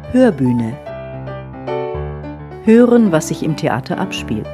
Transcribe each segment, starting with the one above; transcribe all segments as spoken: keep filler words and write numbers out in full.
Hörbühne. Hören, was sich im Theater abspielt.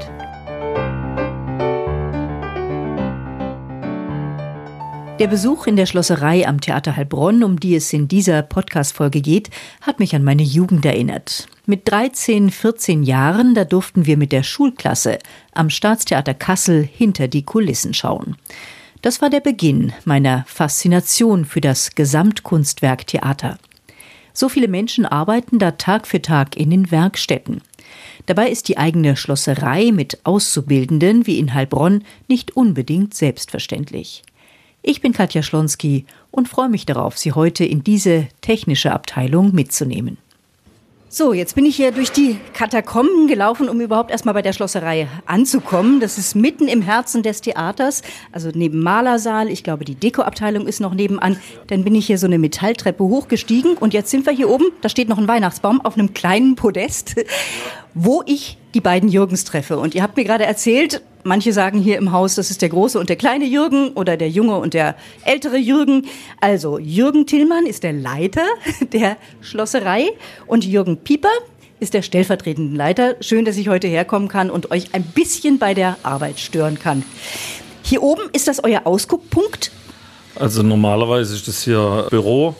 Der Besuch in der Schlosserei am Theater Heilbronn, um die es in dieser Podcast-Folge geht, hat mich an meine Jugend erinnert. Mit dreizehn, vierzehn Jahren, da durften wir mit der Schulklasse am Staatstheater Kassel hinter die Kulissen schauen. Das war der Beginn meiner Faszination für das Gesamtkunstwerk Theater. So viele Menschen arbeiten da Tag für Tag in den Werkstätten. Dabei ist die eigene Schlosserei mit Auszubildenden wie in Heilbronn nicht unbedingt selbstverständlich. Ich bin Katja Schlonski und freue mich darauf, Sie heute in diese technische Abteilung mitzunehmen. So, jetzt bin ich hier durch die Katakomben gelaufen, um überhaupt erstmal bei der Schlosserei anzukommen. Das ist mitten im Herzen des Theaters, also neben Malersaal. Ich glaube, die Dekoabteilung ist noch nebenan. Dann bin ich hier so eine Metalltreppe hochgestiegen und jetzt sind wir hier oben. Da steht noch ein Weihnachtsbaum auf einem kleinen Podest, wo ich die beiden Jürgens treffe. Und ihr habt mir gerade erzählt, manche sagen hier im Haus, das ist der große und der kleine Jürgen oder der junge und der ältere Jürgen. Also Jürgen Tillmann ist der Leiter der Schlosserei und Jürgen Pieper ist der stellvertretende Leiter. Schön, dass ich heute herkommen kann und euch ein bisschen bei der Arbeit stören kann. Hier oben ist das euer Ausguckpunkt? Also normalerweise ist das hier Büro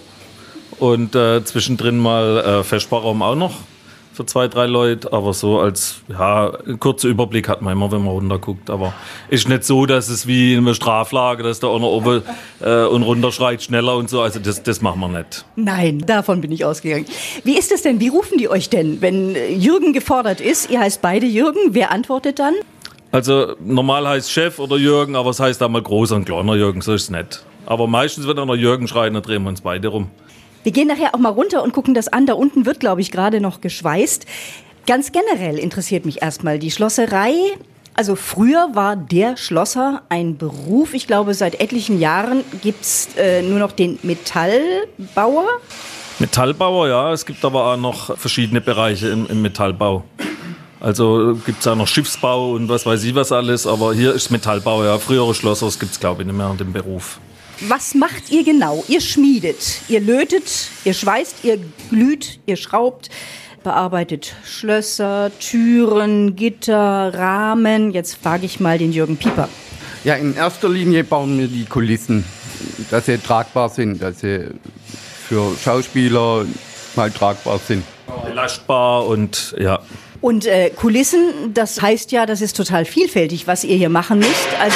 und äh, zwischendrin mal äh, Festsparraum auch noch. Für zwei, drei Leute, aber so als ja, ein kurzer Überblick hat man immer, wenn man runterguckt. Aber ist nicht so, dass es wie in einer Straflage, dass da einer oben äh, und runter schreit schneller und so. Also das, das machen wir nicht. Nein, davon bin ich ausgegangen. Wie ist es denn, wie rufen die euch denn, wenn Jürgen gefordert ist? Ihr heißt beide Jürgen, wer antwortet dann? Also normal heißt Chef oder Jürgen, aber es heißt einmal großer und kleiner Jürgen, so ist es nicht. Aber meistens, wenn einer Jürgen schreit, dann drehen wir uns beide rum. Wir gehen nachher auch mal runter und gucken das an. Da unten wird, glaube ich, gerade noch geschweißt. Ganz generell interessiert mich erstmal die Schlosserei. Also früher war der Schlosser ein Beruf. Ich glaube, seit etlichen Jahren gibt es äh, nur noch den Metallbauer. Metallbauer, ja. Es gibt aber auch noch verschiedene Bereiche im, im Metallbau. Also gibt es auch noch Schiffsbau und was weiß ich was alles. Aber hier ist Metallbau, ja. Frühere Schlosser gibt es, glaube ich, nicht mehr in dem Beruf. Was macht ihr genau? Ihr schmiedet, ihr lötet, ihr schweißt, ihr glüht, ihr schraubt, bearbeitet Schlösser, Türen, Gitter, Rahmen. Jetzt frage ich mal den Jürgen Pieper. Ja, in erster Linie bauen wir die Kulissen, dass sie tragbar sind, dass sie für Schauspieler mal tragbar sind. Belastbar und ja. Und äh, Kulissen, das heißt ja, das ist total vielfältig, was ihr hier machen müsst. Also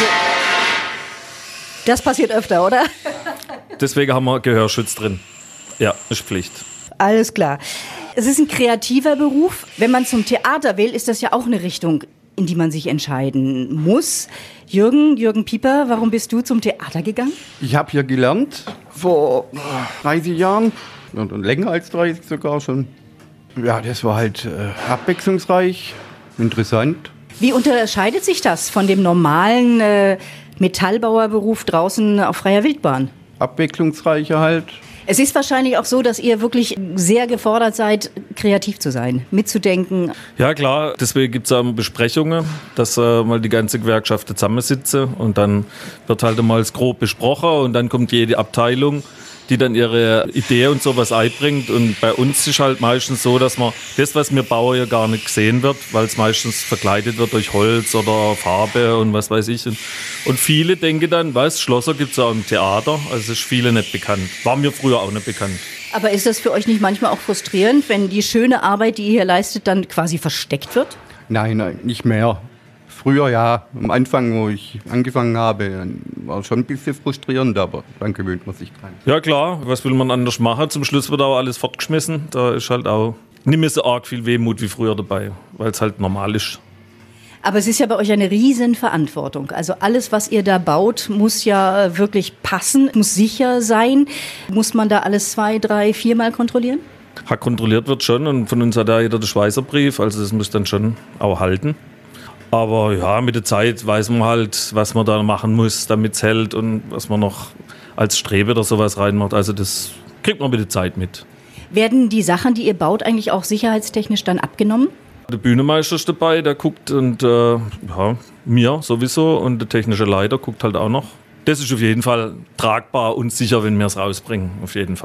das passiert öfter, oder? Deswegen haben wir Gehörschutz drin. Ja, ist Pflicht. Alles klar. Es ist ein kreativer Beruf. Wenn man zum Theater will, ist das ja auch eine Richtung, in die man sich entscheiden muss. Jürgen, Jürgen Pieper, warum bist du zum Theater gegangen? Ich habe hier gelernt, vor dreißig Jahren, und länger als dreißig sogar schon. Ja, das war halt äh, abwechslungsreich, interessant. Wie unterscheidet sich das von dem normalen äh, Metallbauerberuf draußen auf freier Wildbahn? Abwechslungsreicher halt. Es ist wahrscheinlich auch so, dass ihr wirklich sehr gefordert seid, kreativ zu sein, mitzudenken. Ja klar, deswegen gibt es auch Besprechungen, dass äh, mal die ganze Gewerkschaft zusammensitze und dann wird halt einmal grob besprochen und dann kommt jede Abteilung, die dann ihre Idee und sowas einbringt. Und bei uns ist halt meistens so, dass man das, was wir bauen, ja gar nicht gesehen wird, weil es meistens verkleidet wird durch Holz oder Farbe und was weiß ich. Und viele denken dann, was, Schlosser gibt es auch im Theater, also ist vielen nicht bekannt. War mir früher auch nicht bekannt. Aber ist das für euch nicht manchmal auch frustrierend, wenn die schöne Arbeit, die ihr hier leistet, dann quasi versteckt wird? Nein, nein, nicht mehr. Früher ja, am Anfang, wo ich angefangen habe, war es schon ein bisschen frustrierend, aber dann gewöhnt man sich dran. Ja klar, was will man anders machen? Zum Schluss wird auch alles fortgeschmissen. Da ist halt auch nicht mehr so arg viel Wehmut wie früher dabei, weil es halt normal ist. Aber es ist ja bei euch eine riesen Verantwortung. Also alles, was ihr da baut, muss ja wirklich passen, muss sicher sein. Muss man da alles zwei, drei, viermal kontrollieren? Ja, kontrolliert wird schon und von uns hat ja jeder den Schweißerbrief, also das muss dann schon auch halten. Aber ja, mit der Zeit weiß man halt, was man da machen muss, damit es hält und was man noch als Strebe oder sowas reinmacht. Also das kriegt man mit der Zeit mit. Werden die Sachen, die ihr baut, eigentlich auch sicherheitstechnisch dann abgenommen? Der Bühnenmeister ist dabei, der guckt und äh, ja, mir sowieso und der technische Leiter guckt halt auch noch. Das ist auf jeden Fall tragbar und sicher, wenn wir es rausbringen, auf jeden Fall.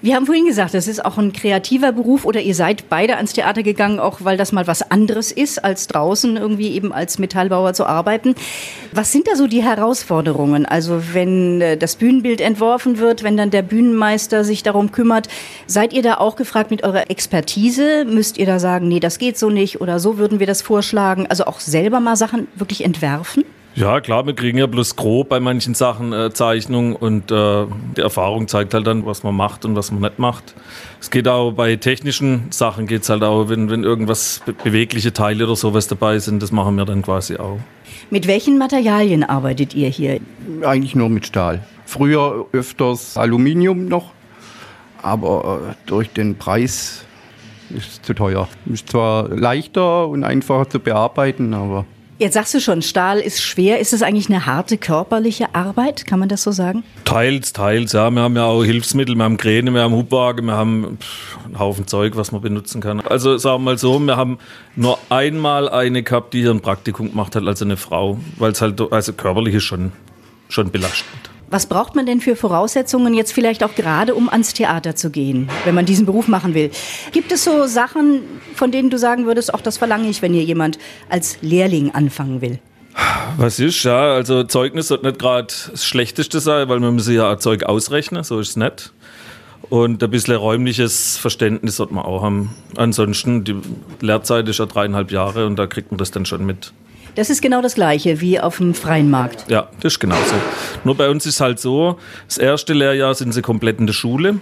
Wir haben vorhin gesagt, das ist auch ein kreativer Beruf oder ihr seid beide ans Theater gegangen, auch weil das mal was anderes ist, als draußen irgendwie eben als Metallbauer zu arbeiten. Was sind da so die Herausforderungen? Also wenn äh, das Bühnenbild entworfen wird, wenn dann der Bühnenmeister sich darum kümmert, seid ihr da auch gefragt mit eurer Expertise? Müsst ihr da sagen, nee, das geht so nicht oder so würden wir das vorschlagen? Also auch selber mal Sachen wirklich entwerfen? Ja, klar, wir kriegen ja bloß grob bei manchen Sachen äh, Zeichnung und äh, die Erfahrung zeigt halt dann, was man macht und was man nicht macht. Es geht auch bei technischen Sachen, geht's halt auch, wenn, wenn irgendwas be- bewegliche Teile oder sowas dabei sind, das machen wir dann quasi auch. Mit welchen Materialien arbeitet ihr hier? Eigentlich nur mit Stahl. Früher öfters Aluminium noch, aber äh, durch den Preis ist es zu teuer. Ist zwar leichter und einfacher zu bearbeiten, aber... Jetzt sagst du schon, Stahl ist schwer. Ist es eigentlich eine harte körperliche Arbeit? Kann man das so sagen? Teils, teils, ja. Wir haben ja auch Hilfsmittel, wir haben Kräne, wir haben Hubwagen, wir haben pff, einen Haufen Zeug, was man benutzen kann. Also sagen wir mal so, wir haben nur einmal eine gehabt, die hier ein Praktikum gemacht hat, also eine Frau. Weil es halt, also körperlich ist schon, schon belastend. Was braucht man denn für Voraussetzungen jetzt vielleicht auch gerade, um ans Theater zu gehen, wenn man diesen Beruf machen will? Gibt es so Sachen, von denen du sagen würdest, auch das verlange ich, wenn hier jemand als Lehrling anfangen will? Was ist, ja, also Zeugnis sollte nicht gerade das Schlechteste sein, weil man muss ja Zeug ausrechnen, so ist es nicht. Und ein bisschen räumliches Verständnis sollte man auch haben. Ansonsten, die Lehrzeit ist ja dreieinhalb Jahre und da kriegt man das dann schon mit. Das ist genau das Gleiche wie auf dem freien Markt. Ja, das ist genauso. Nur bei uns ist es halt so, das erste Lehrjahr sind sie komplett in der Schule.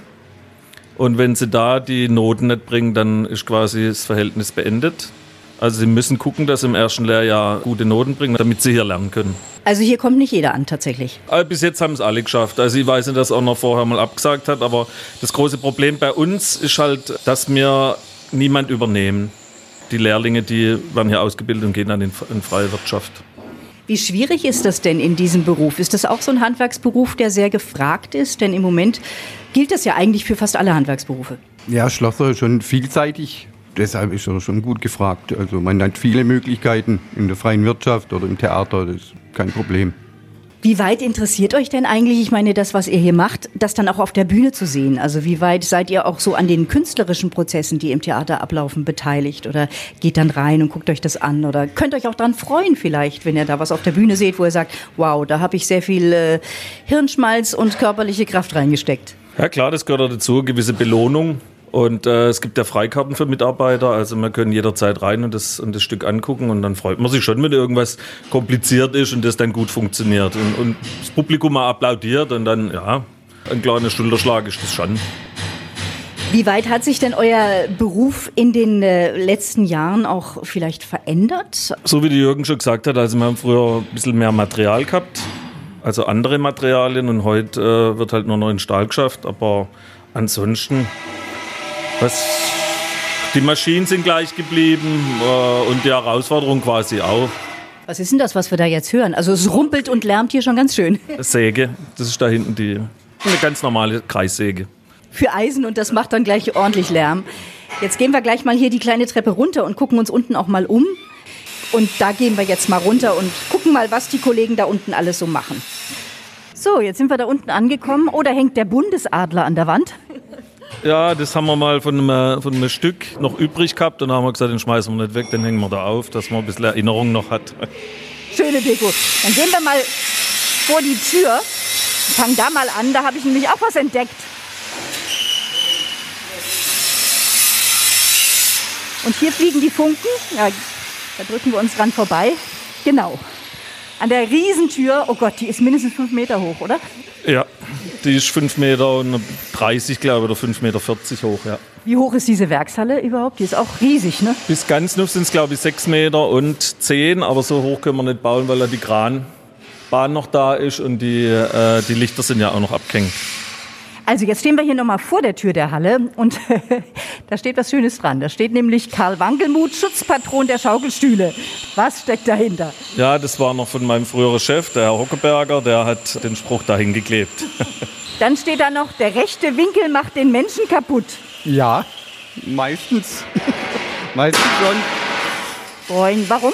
Und wenn sie da die Noten nicht bringen, dann ist quasi das Verhältnis beendet. Also sie müssen gucken, dass sie im ersten Lehrjahr gute Noten bringen, damit sie hier lernen können. Also hier kommt nicht jeder an tatsächlich. Aber bis jetzt haben es alle geschafft. Also ich weiß nicht, dass er auch noch vorher mal abgesagt hat, aber das große Problem bei uns ist halt, dass wir niemand übernehmen. Die Lehrlinge, die werden hier ausgebildet und gehen dann in, in freie Wirtschaft. Wie schwierig ist das denn in diesem Beruf? Ist das auch so ein Handwerksberuf, der sehr gefragt ist? Denn im Moment gilt das ja eigentlich für fast alle Handwerksberufe. Ja, Schlosser ist schon vielseitig. Deshalb ist er schon gut gefragt. Also man hat viele Möglichkeiten in der freien Wirtschaft oder im Theater, das ist kein Problem. Wie weit interessiert euch denn eigentlich, ich meine, das, was ihr hier macht, das dann auch auf der Bühne zu sehen? Also wie weit seid ihr auch so an den künstlerischen Prozessen, die im Theater ablaufen, beteiligt? Oder geht dann rein und guckt euch das an? Oder könnt euch auch dran freuen vielleicht, wenn ihr da was auf der Bühne seht, wo ihr sagt, wow, da habe ich sehr viel äh, Hirnschmalz und körperliche Kraft reingesteckt? Ja klar, das gehört auch dazu, gewisse Belohnung. Und äh, es gibt ja Freikarten für Mitarbeiter, also wir können jederzeit rein und das, und das Stück angucken und dann freut man sich schon, wenn irgendwas kompliziert ist und das dann gut funktioniert. Und, und das Publikum mal applaudiert und dann, ja, ein kleiner Schulterschlag ist das schon. Wie weit hat sich denn euer Beruf in den äh, letzten Jahren auch vielleicht verändert? So wie die Jürgen schon gesagt hat, also wir haben früher ein bisschen mehr Material gehabt, also andere Materialien und heute äh, wird halt nur noch in Stahl geschafft, aber ansonsten... Was, die Maschinen sind gleich geblieben äh, und die Herausforderung quasi auch. Was ist denn das, was wir da jetzt hören? Also es rumpelt und lärmt hier schon ganz schön. Säge, das ist da hinten die eine ganz normale Kreissäge. Für Eisen und das macht dann gleich ordentlich Lärm. Jetzt gehen wir gleich mal hier die kleine Treppe runter und gucken uns unten auch mal um. Und da gehen wir jetzt mal runter und gucken mal, was die Kollegen da unten alles so machen. So, jetzt sind wir da unten angekommen. Oh, da hängt der Bundesadler an der Wand. Ja, das haben wir mal von einem, von einem Stück noch übrig gehabt und dann haben wir gesagt, den schmeißen wir nicht weg, den hängen wir da auf, dass man ein bisschen Erinnerung noch hat. Schöne Deko. Dann gehen wir mal vor die Tür. Fang da mal an, da habe ich nämlich auch was entdeckt. Und hier fliegen die Funken. Ja, da drücken wir uns dran vorbei. Genau. An der Riesentür. Oh Gott, die ist mindestens fünf Meter hoch, oder? Ja, die ist fünf Meter dreißig, glaube ich, oder fünf Meter vierzig hoch, ja. Wie hoch ist diese Werkshalle überhaupt? Die ist auch riesig, ne? Bis ganz nuff sind es, glaube ich, sechs Meter und zehn, aber so hoch können wir nicht bauen, weil da die Kranbahn noch da ist und die, äh, die Lichter sind ja auch noch abgehängt. Also jetzt stehen wir hier nochmal vor der Tür der Halle und da steht was Schönes dran. Da steht nämlich Karl Wankelmuth, Schutzpatron der Schaukelstühle. Was steckt dahinter? Ja, das war noch von meinem früheren Chef, der Herr Hockeberger, der hat den Spruch dahin geklebt. Dann steht da noch, der rechte Winkel macht den Menschen kaputt. Ja, meistens. meistens schon. Freuen. Warum?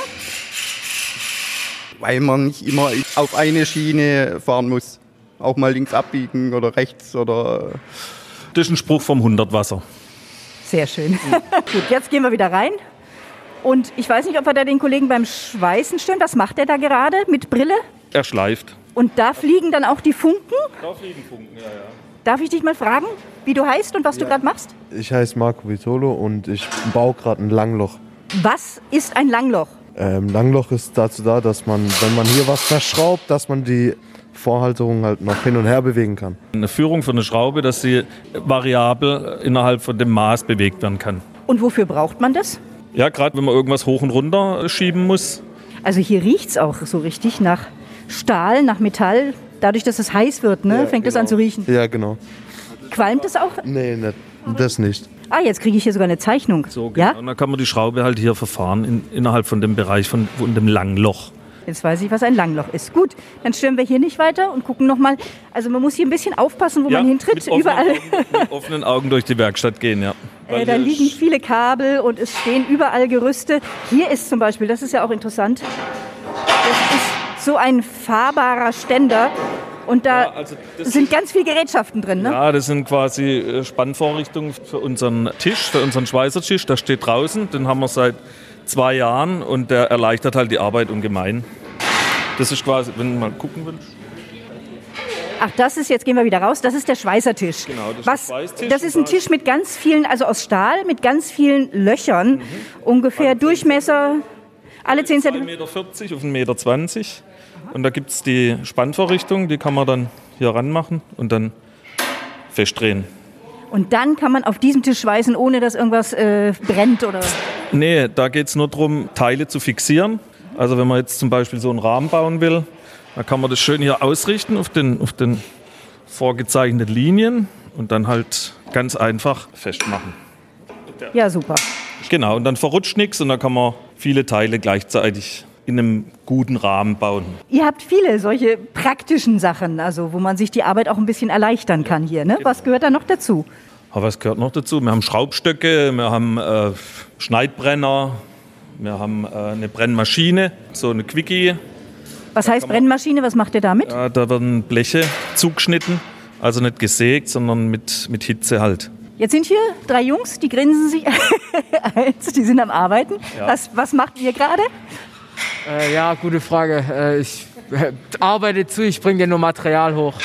Weil man nicht immer auf eine Schiene fahren muss. Auch mal links abbiegen oder rechts oder Das ist ein Spruch vom Hundertwasser. Sehr schön. Gut, jetzt gehen wir wieder rein. Und ich weiß nicht, ob wir da den Kollegen beim Schweißen stören. Was macht der da gerade mit Brille? Er schleift. Und da fliegen dann auch die Funken? Da fliegen Funken, ja, ja. Darf ich dich mal fragen, wie du heißt und was ja. du gerade machst? Ich heiße Marco Vitolo und ich baue gerade ein Langloch. Was ist ein Langloch? Ähm, Langloch ist dazu da, dass man, wenn man hier was verschraubt, dass man die Vorhalterung halt noch hin und her bewegen kann. Eine Führung für eine Schraube, dass sie variabel innerhalb von dem Maß bewegt werden kann. Und wofür braucht man das? Ja, gerade wenn man irgendwas hoch und runter schieben muss. Also hier riecht es auch so richtig nach Stahl, nach Metall. Dadurch, dass es heiß wird, ne, ja, fängt es genau. an zu riechen. Ja, genau. Qualmt es auch? Nee, nicht, das nicht. Ah, jetzt kriege ich hier sogar eine Zeichnung. So, genau. Ja? Und dann kann man die Schraube halt hier verfahren in, innerhalb von dem Bereich von, von dem Langloch. Jetzt weiß ich, was ein Langloch ist. Gut, dann stören wir hier nicht weiter und gucken nochmal. Also man muss hier ein bisschen aufpassen, wo ja, man hintritt. Mit offenen, Überall. Augen, mit offenen Augen durch die Werkstatt gehen, ja. Äh, da liegen viele Kabel und es stehen überall Gerüste. Hier ist zum Beispiel, das ist ja auch interessant, das ist so ein fahrbarer Ständer. Und da ja, also sind ganz viele Gerätschaften drin, ne? Ja, das sind quasi Spannvorrichtungen für unseren Tisch, für unseren Schweißertisch. Der steht draußen, den haben wir seit zwei Jahren und der erleichtert halt die Arbeit ungemein. Das ist quasi, wenn du mal gucken willst. Ach, das ist, jetzt gehen wir wieder raus, das ist der Schweißertisch. Genau, das ist Was, der Schweißtisch. Das ist ein Tisch mit ganz vielen, also aus Stahl, mit ganz vielen Löchern. Mhm. Ungefähr alle Durchmesser, alle zehn Zentimeter. zwei Meter vierzig auf ein Meter zwanzig. Und da gibt es die Spannvorrichtung, die kann man dann hier ranmachen und dann festdrehen. Und dann kann man auf diesem Tisch schweißen, ohne dass irgendwas äh, brennt, oder? Nee, da geht es nur darum, Teile zu fixieren. Also wenn man jetzt zum Beispiel so einen Rahmen bauen will, dann kann man das schön hier ausrichten auf den, auf den vorgezeichneten Linien und dann halt ganz einfach festmachen. Ja, super. Genau, und dann verrutscht nichts und dann kann man viele Teile gleichzeitig in einem guten Rahmen bauen. Ihr habt viele solche praktischen Sachen, also wo man sich die Arbeit auch ein bisschen erleichtern kann hier, ne? Was gehört da noch dazu? Aber was gehört noch dazu? Wir haben Schraubstöcke, wir haben äh, Schneidbrenner, wir haben äh, eine Brennmaschine, so eine Quickie. Was heißt Brennmaschine? Was macht ihr damit? Ja, da werden Bleche zugeschnitten, also nicht gesägt, sondern mit, mit Hitze halt. Jetzt sind hier drei Jungs, die grinsen sich eins, die sind am Arbeiten. Ja. Was, was macht ihr gerade? Äh, ja, gute Frage. Äh, ich äh, arbeite zu, ich bringe dir nur Material hoch.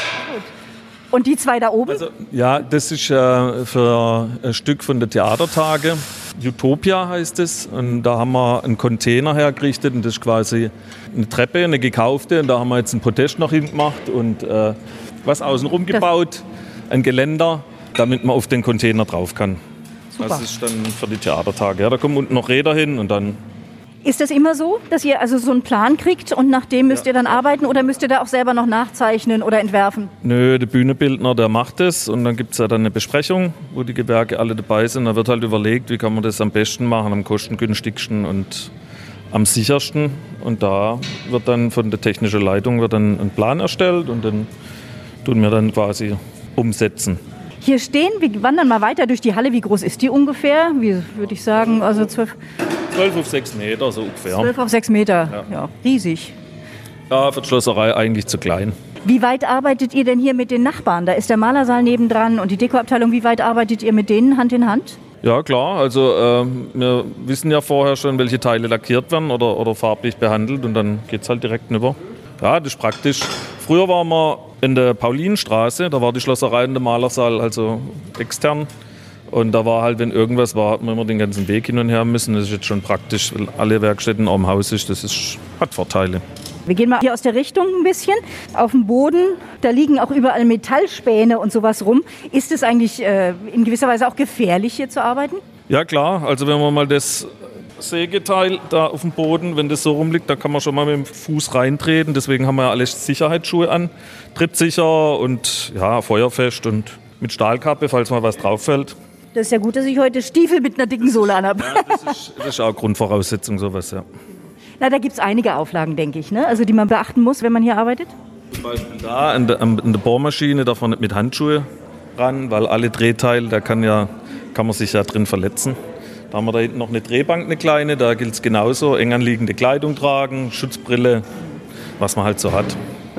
Und die zwei da oben? Also, ja, das ist äh, für ein Stück von der Theatertage. Utopia heißt es. Und da haben wir einen Container hergerichtet. Und das ist quasi eine Treppe, eine gekaufte. Und da haben wir jetzt ein Podest noch hingemacht und äh, was außenrum gebaut. Ein Geländer, damit man auf den Container drauf kann. Super. Das ist dann für die Theatertage. Ja, da kommen unten noch Räder hin und dann... Ist das immer so, dass ihr also so einen Plan kriegt und nach dem müsst ihr dann arbeiten oder müsst ihr da auch selber noch nachzeichnen oder entwerfen? Nö, der Bühnenbildner, der macht es und dann gibt es ja dann eine Besprechung, wo die Gewerke alle dabei sind. Da wird halt überlegt, wie kann man das am besten machen, am kostengünstigsten und am sichersten. Und da wird dann von der technischen Leitung wird dann ein Plan erstellt und den tun wir dann quasi umsetzen. Hier stehen, wir wandern mal weiter durch die Halle. Wie groß ist die ungefähr? Wie würde ich sagen, also zwölf... zwölf auf sechs Meter, so ungefähr. zwölf auf sechs Meter, ja. Ja, riesig. Ja, für die Schlosserei eigentlich zu klein. Wie weit arbeitet ihr denn hier mit den Nachbarn? Da ist der Malersaal nebendran und die Dekoabteilung. Wie weit arbeitet ihr mit denen Hand in Hand? Ja, klar. Also äh, wir wissen ja vorher schon, welche Teile lackiert werden oder, oder farblich behandelt und dann geht es halt direkt rüber. Ja, das ist praktisch. Früher waren wir in der Paulinenstraße, da war die Schlosserei und der Malersaal also extern. Und da war halt, wenn irgendwas war, hat man immer den ganzen Weg hin und her müssen. Das ist jetzt schon praktisch, weil alle Werkstätten auch im Haus ist. Das ist, hat Vorteile. Wir gehen mal hier aus der Richtung ein bisschen. Auf dem Boden, da liegen auch überall Metallspäne und sowas rum. Ist es eigentlich äh, in gewisser Weise auch gefährlich, hier zu arbeiten? Ja, klar. Also wenn man mal das Sägeteil da auf dem Boden, wenn das so rumliegt, da kann man schon mal mit dem Fuß reintreten. Deswegen haben wir ja alle Sicherheitsschuhe an. Trittsicher und ja, feuerfest und mit Stahlkappe, falls mal was drauf fällt. Das ist ja gut, dass ich heute Stiefel mit einer dicken Sohle anhabe. Ja, das ist, das ist auch Grundvoraussetzung, sowas, ja. Na, da gibt es einige Auflagen, denke ich, ne? Also die man beachten muss, wenn man hier arbeitet? Zum Beispiel da in der, in der Bohrmaschine darf man nicht mit Handschuhe ran, weil alle Drehteile, da kann, ja, kann man sich ja drin verletzen. Da haben wir da hinten noch eine Drehbank, eine kleine, da gilt es genauso. Eng anliegende Kleidung tragen, Schutzbrille, was man halt so hat.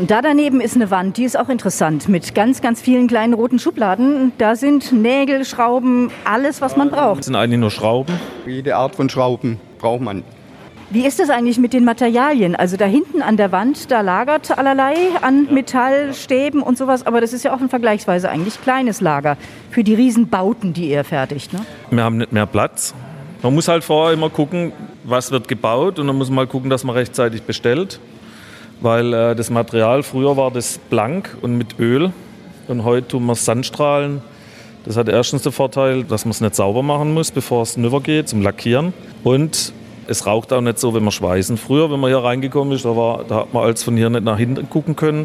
Und da daneben ist eine Wand, die ist auch interessant, mit ganz, ganz vielen kleinen roten Schubladen. Da sind Nägel, Schrauben, alles, was man braucht. Das sind eigentlich nur Schrauben. Jede Art von Schrauben braucht man. Wie ist das eigentlich mit den Materialien? Also da hinten an der Wand, da lagert allerlei an Metallstäben und sowas. Aber das ist ja auch ein vergleichsweise eigentlich kleines Lager für die Riesenbauten, die ihr fertigt, ne? Wir haben nicht mehr Platz. Man muss halt vorher immer gucken, was wird gebaut. Und dann muss man mal gucken, dass man rechtzeitig bestellt. Weil äh, das Material, früher war das blank und mit Öl. Und heute tun wir Sandstrahlen. Das hat erstens den Vorteil, dass man es nicht sauber machen muss, bevor es rübergeht zum Lackieren. Und es raucht auch nicht so, wenn wir schweißen. Früher, wenn man hier reingekommen ist, da, war, da hat man als von hier nicht nach hinten gucken können.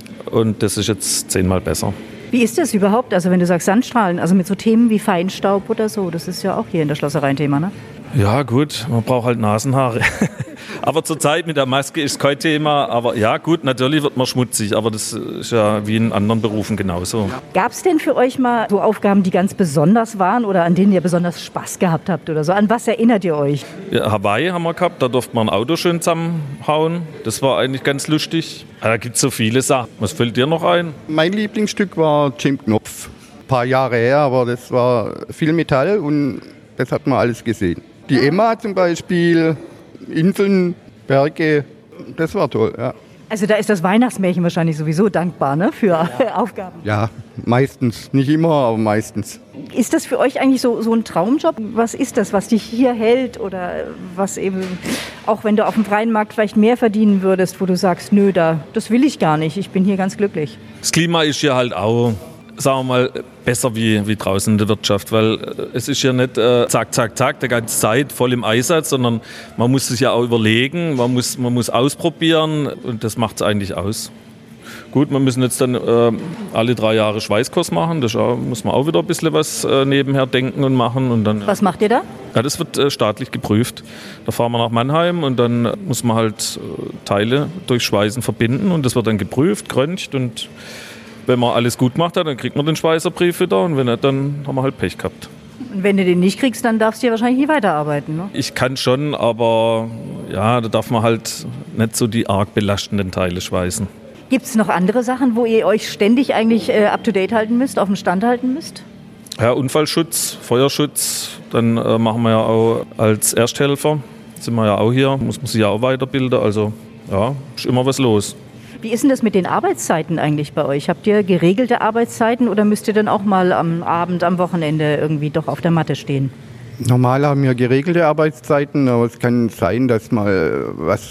Und das ist jetzt zehnmal besser. Wie ist das überhaupt? Also wenn du sagst Sandstrahlen, also mit so Themen wie Feinstaub oder so, das ist ja auch hier in der Schlosserei ein Thema, ne? Ja gut, man braucht halt Nasenhaare. Aber zurzeit mit der Maske ist kein Thema. Aber ja gut, natürlich wird man schmutzig, aber das ist ja wie in anderen Berufen genauso. Gab es denn für euch mal so Aufgaben, die ganz besonders waren oder an denen ihr besonders Spaß gehabt habt oder so? An was erinnert ihr euch? Ja, Hawaii haben wir gehabt, da durfte man ein Auto schön zusammenhauen. Das war eigentlich ganz lustig. Ja, da gibt es so viele Sachen. Was fällt dir noch ein? Mein Lieblingsstück war Jim Knopf. Ein paar Jahre her, aber das war viel Metall und das hat man alles gesehen. Die Emma zum Beispiel, Inseln, Berge, das war toll, ja. Also da ist das Weihnachtsmärchen wahrscheinlich sowieso dankbar, ne, für ja. Aufgaben. Ja, meistens. Nicht immer, aber meistens. Ist das für euch eigentlich so, so ein Traumjob? Was ist das, was dich hier hält oder was eben, auch wenn du auf dem freien Markt vielleicht mehr verdienen würdest, wo du sagst, nö, da, das will ich gar nicht, ich bin hier ganz glücklich? Das Klima ist hier halt auch, sagen wir mal, besser wie, wie draußen in der Wirtschaft, weil es ist ja nicht äh, zack, zack, zack, die ganze Zeit voll im Einsatz, sondern man muss sich ja auch überlegen, man muss, man muss ausprobieren und das macht es eigentlich aus. Gut, wir müssen jetzt dann äh, alle drei Jahre Schweißkurs machen, da muss man auch wieder ein bisschen was äh, nebenher denken und machen. Und dann, was macht ihr da? Ja, das wird äh, staatlich geprüft. Da fahren wir nach Mannheim und dann muss man halt äh, Teile durch Schweißen verbinden und das wird dann geprüft, geröntgt und wenn man alles gut macht, dann kriegt man den Schweißerbrief wieder und wenn nicht, dann haben wir halt Pech gehabt. Und wenn du den nicht kriegst, dann darfst du ja wahrscheinlich nie weiterarbeiten, ne? Ich kann schon, aber ja, da darf man halt nicht so die arg belastenden Teile schweißen. Gibt es noch andere Sachen, wo ihr euch ständig eigentlich äh, up-to-date halten müsst, auf dem Stand halten müsst? Ja, Unfallschutz, Feuerschutz, dann äh, machen wir ja auch als Ersthelfer, sind wir ja auch hier, muss man sich ja auch weiterbilden, also ja, ist immer was los. Wie ist denn das mit den Arbeitszeiten eigentlich bei euch? Habt ihr geregelte Arbeitszeiten oder müsst ihr dann auch mal am Abend, am Wochenende irgendwie doch auf der Matte stehen? Normal haben wir geregelte Arbeitszeiten, aber es kann sein, dass mal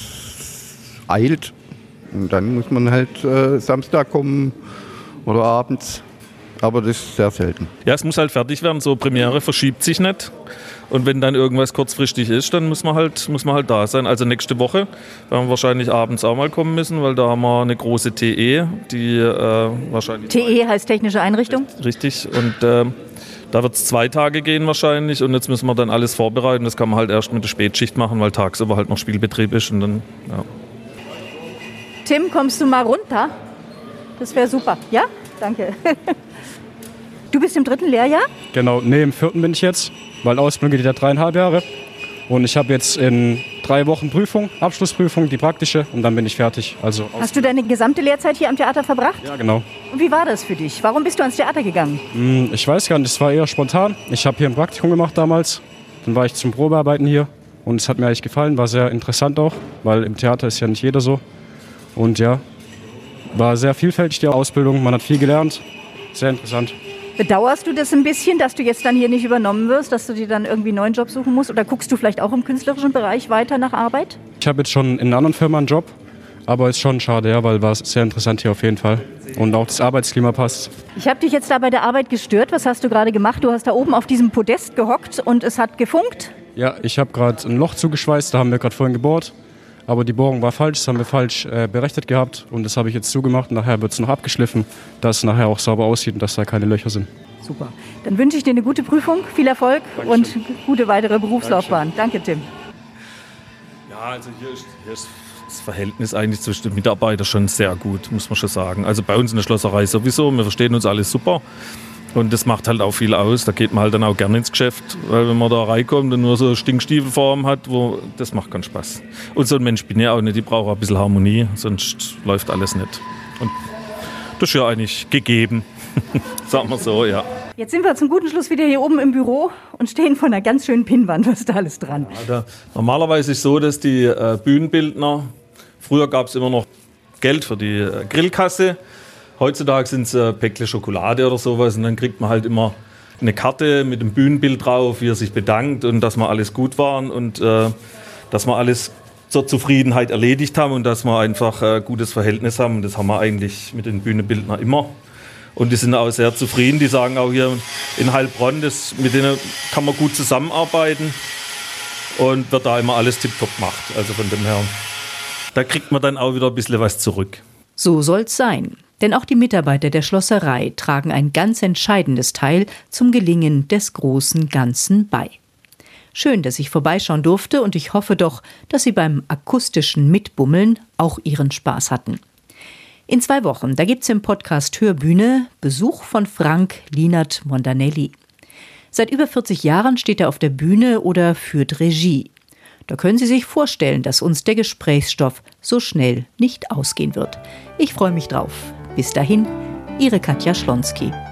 was eilt. Und dann muss man halt äh, Samstag kommen oder abends. Aber das ist sehr selten. Ja, es muss halt fertig werden. So Premiere verschiebt sich nicht. Und wenn dann irgendwas kurzfristig ist, dann muss man halt, muss man halt da sein. Also nächste Woche werden wir wahrscheinlich abends auch mal kommen müssen, weil da haben wir eine große T E, die äh, wahrscheinlich... T E heißt technische Einrichtung? Richtig. Und äh, da wird es zwei Tage gehen wahrscheinlich. Und jetzt müssen wir dann alles vorbereiten. Das kann man halt erst mit der Spätschicht machen, weil tagsüber halt noch Spielbetrieb ist. Und dann, ja. Tim, kommst du mal runter? Das wäre super. Ja? Danke. Du bist im dritten Lehrjahr? Genau, nee, im vierten bin ich jetzt, weil Ausbildung geht ja dreieinhalb Jahre. Und ich habe jetzt in drei Wochen Prüfung, Abschlussprüfung, die praktische, und dann bin ich fertig. Also Hast du deine gesamte Lehrzeit hier am Theater verbracht? Ja, genau. Und wie war das für dich? Warum bist du ans Theater gegangen? Hm, ich weiß gar nicht, es war eher spontan. Ich habe hier ein Praktikum gemacht damals. Dann war ich zum Probearbeiten hier und es hat mir eigentlich gefallen, war sehr interessant auch, weil im Theater ist ja nicht jeder so. Und ja, war sehr vielfältig die Ausbildung, man hat viel gelernt, sehr interessant. Bedauerst du das ein bisschen, dass du jetzt dann hier nicht übernommen wirst, dass du dir dann irgendwie einen neuen Job suchen musst? Oder guckst du vielleicht auch im künstlerischen Bereich weiter nach Arbeit? Ich habe jetzt schon in einer anderen Firma einen Job, aber ist schon schade, ja, weil war sehr interessant hier auf jeden Fall. Und auch das Arbeitsklima passt. Ich habe dich jetzt da bei der Arbeit gestört. Was hast du gerade gemacht? Du hast da oben auf diesem Podest gehockt und es hat gefunkt? Ja, ich habe gerade ein Loch zugeschweißt, da haben wir gerade vorhin gebohrt. Aber die Bohrung war falsch, das haben wir falsch äh, berechnet gehabt und das habe ich jetzt zugemacht und nachher wird es noch abgeschliffen, dass es nachher auch sauber aussieht und dass da keine Löcher sind. Super. Dann wünsche ich dir eine gute Prüfung, viel Erfolg Dankeschön. Und gute weitere Berufslaufbahn. Danke, Tim. Ja, also hier ist, hier ist das Verhältnis eigentlich zwischen den Mitarbeitern schon sehr gut, muss man schon sagen. Also bei uns in der Schlosserei sowieso, wir verstehen uns alles super. Und das macht halt auch viel aus. Da geht man halt dann auch gerne ins Geschäft, weil wenn man da reinkommt und nur so Stinkstiefelform hat, wo, das macht keinen Spaß. Und so ein Mensch bin ich auch nicht. Ich brauche auch ein bisschen Harmonie, sonst läuft alles nicht. Und das ist ja eigentlich gegeben. Sagen wir so, ja. Jetzt sind wir zum guten Schluss wieder hier oben im Büro und stehen vor einer ganz schönen Pinnwand. Was ist da alles dran? Ja, da, normalerweise ist es so, dass die äh, Bühnenbildner, früher gab es immer noch Geld für die äh, Grillkasse. Heutzutage sind es äh, Päckle Schokolade oder sowas und dann kriegt man halt immer eine Karte mit dem Bühnenbild drauf, wie er sich bedankt und dass wir alles gut waren und äh, dass wir alles zur Zufriedenheit erledigt haben und dass wir einfach ein äh, gutes Verhältnis haben. Und das haben wir eigentlich mit den Bühnenbildnern immer. Und die sind auch sehr zufrieden. Die sagen auch hier in Heilbronn, das, mit denen kann man gut zusammenarbeiten und wird da immer alles tipptopp gemacht. Also von dem her, da kriegt man dann auch wieder ein bisschen was zurück. So soll's sein. Denn auch die Mitarbeiter der Schlosserei tragen ein ganz entscheidendes Teil zum Gelingen des großen Ganzen bei. Schön, dass ich vorbeischauen durfte und ich hoffe doch, dass Sie beim akustischen Mitbummeln auch Ihren Spaß hatten. In zwei Wochen, da gibt's im Podcast Hörbühne Besuch von Frank Linert Mondanelli. Seit über vierzig Jahren steht er auf der Bühne oder führt Regie. Da können Sie sich vorstellen, dass uns der Gesprächsstoff so schnell nicht ausgehen wird. Ich freue mich drauf. Bis dahin, Ihre Katja Schlonski.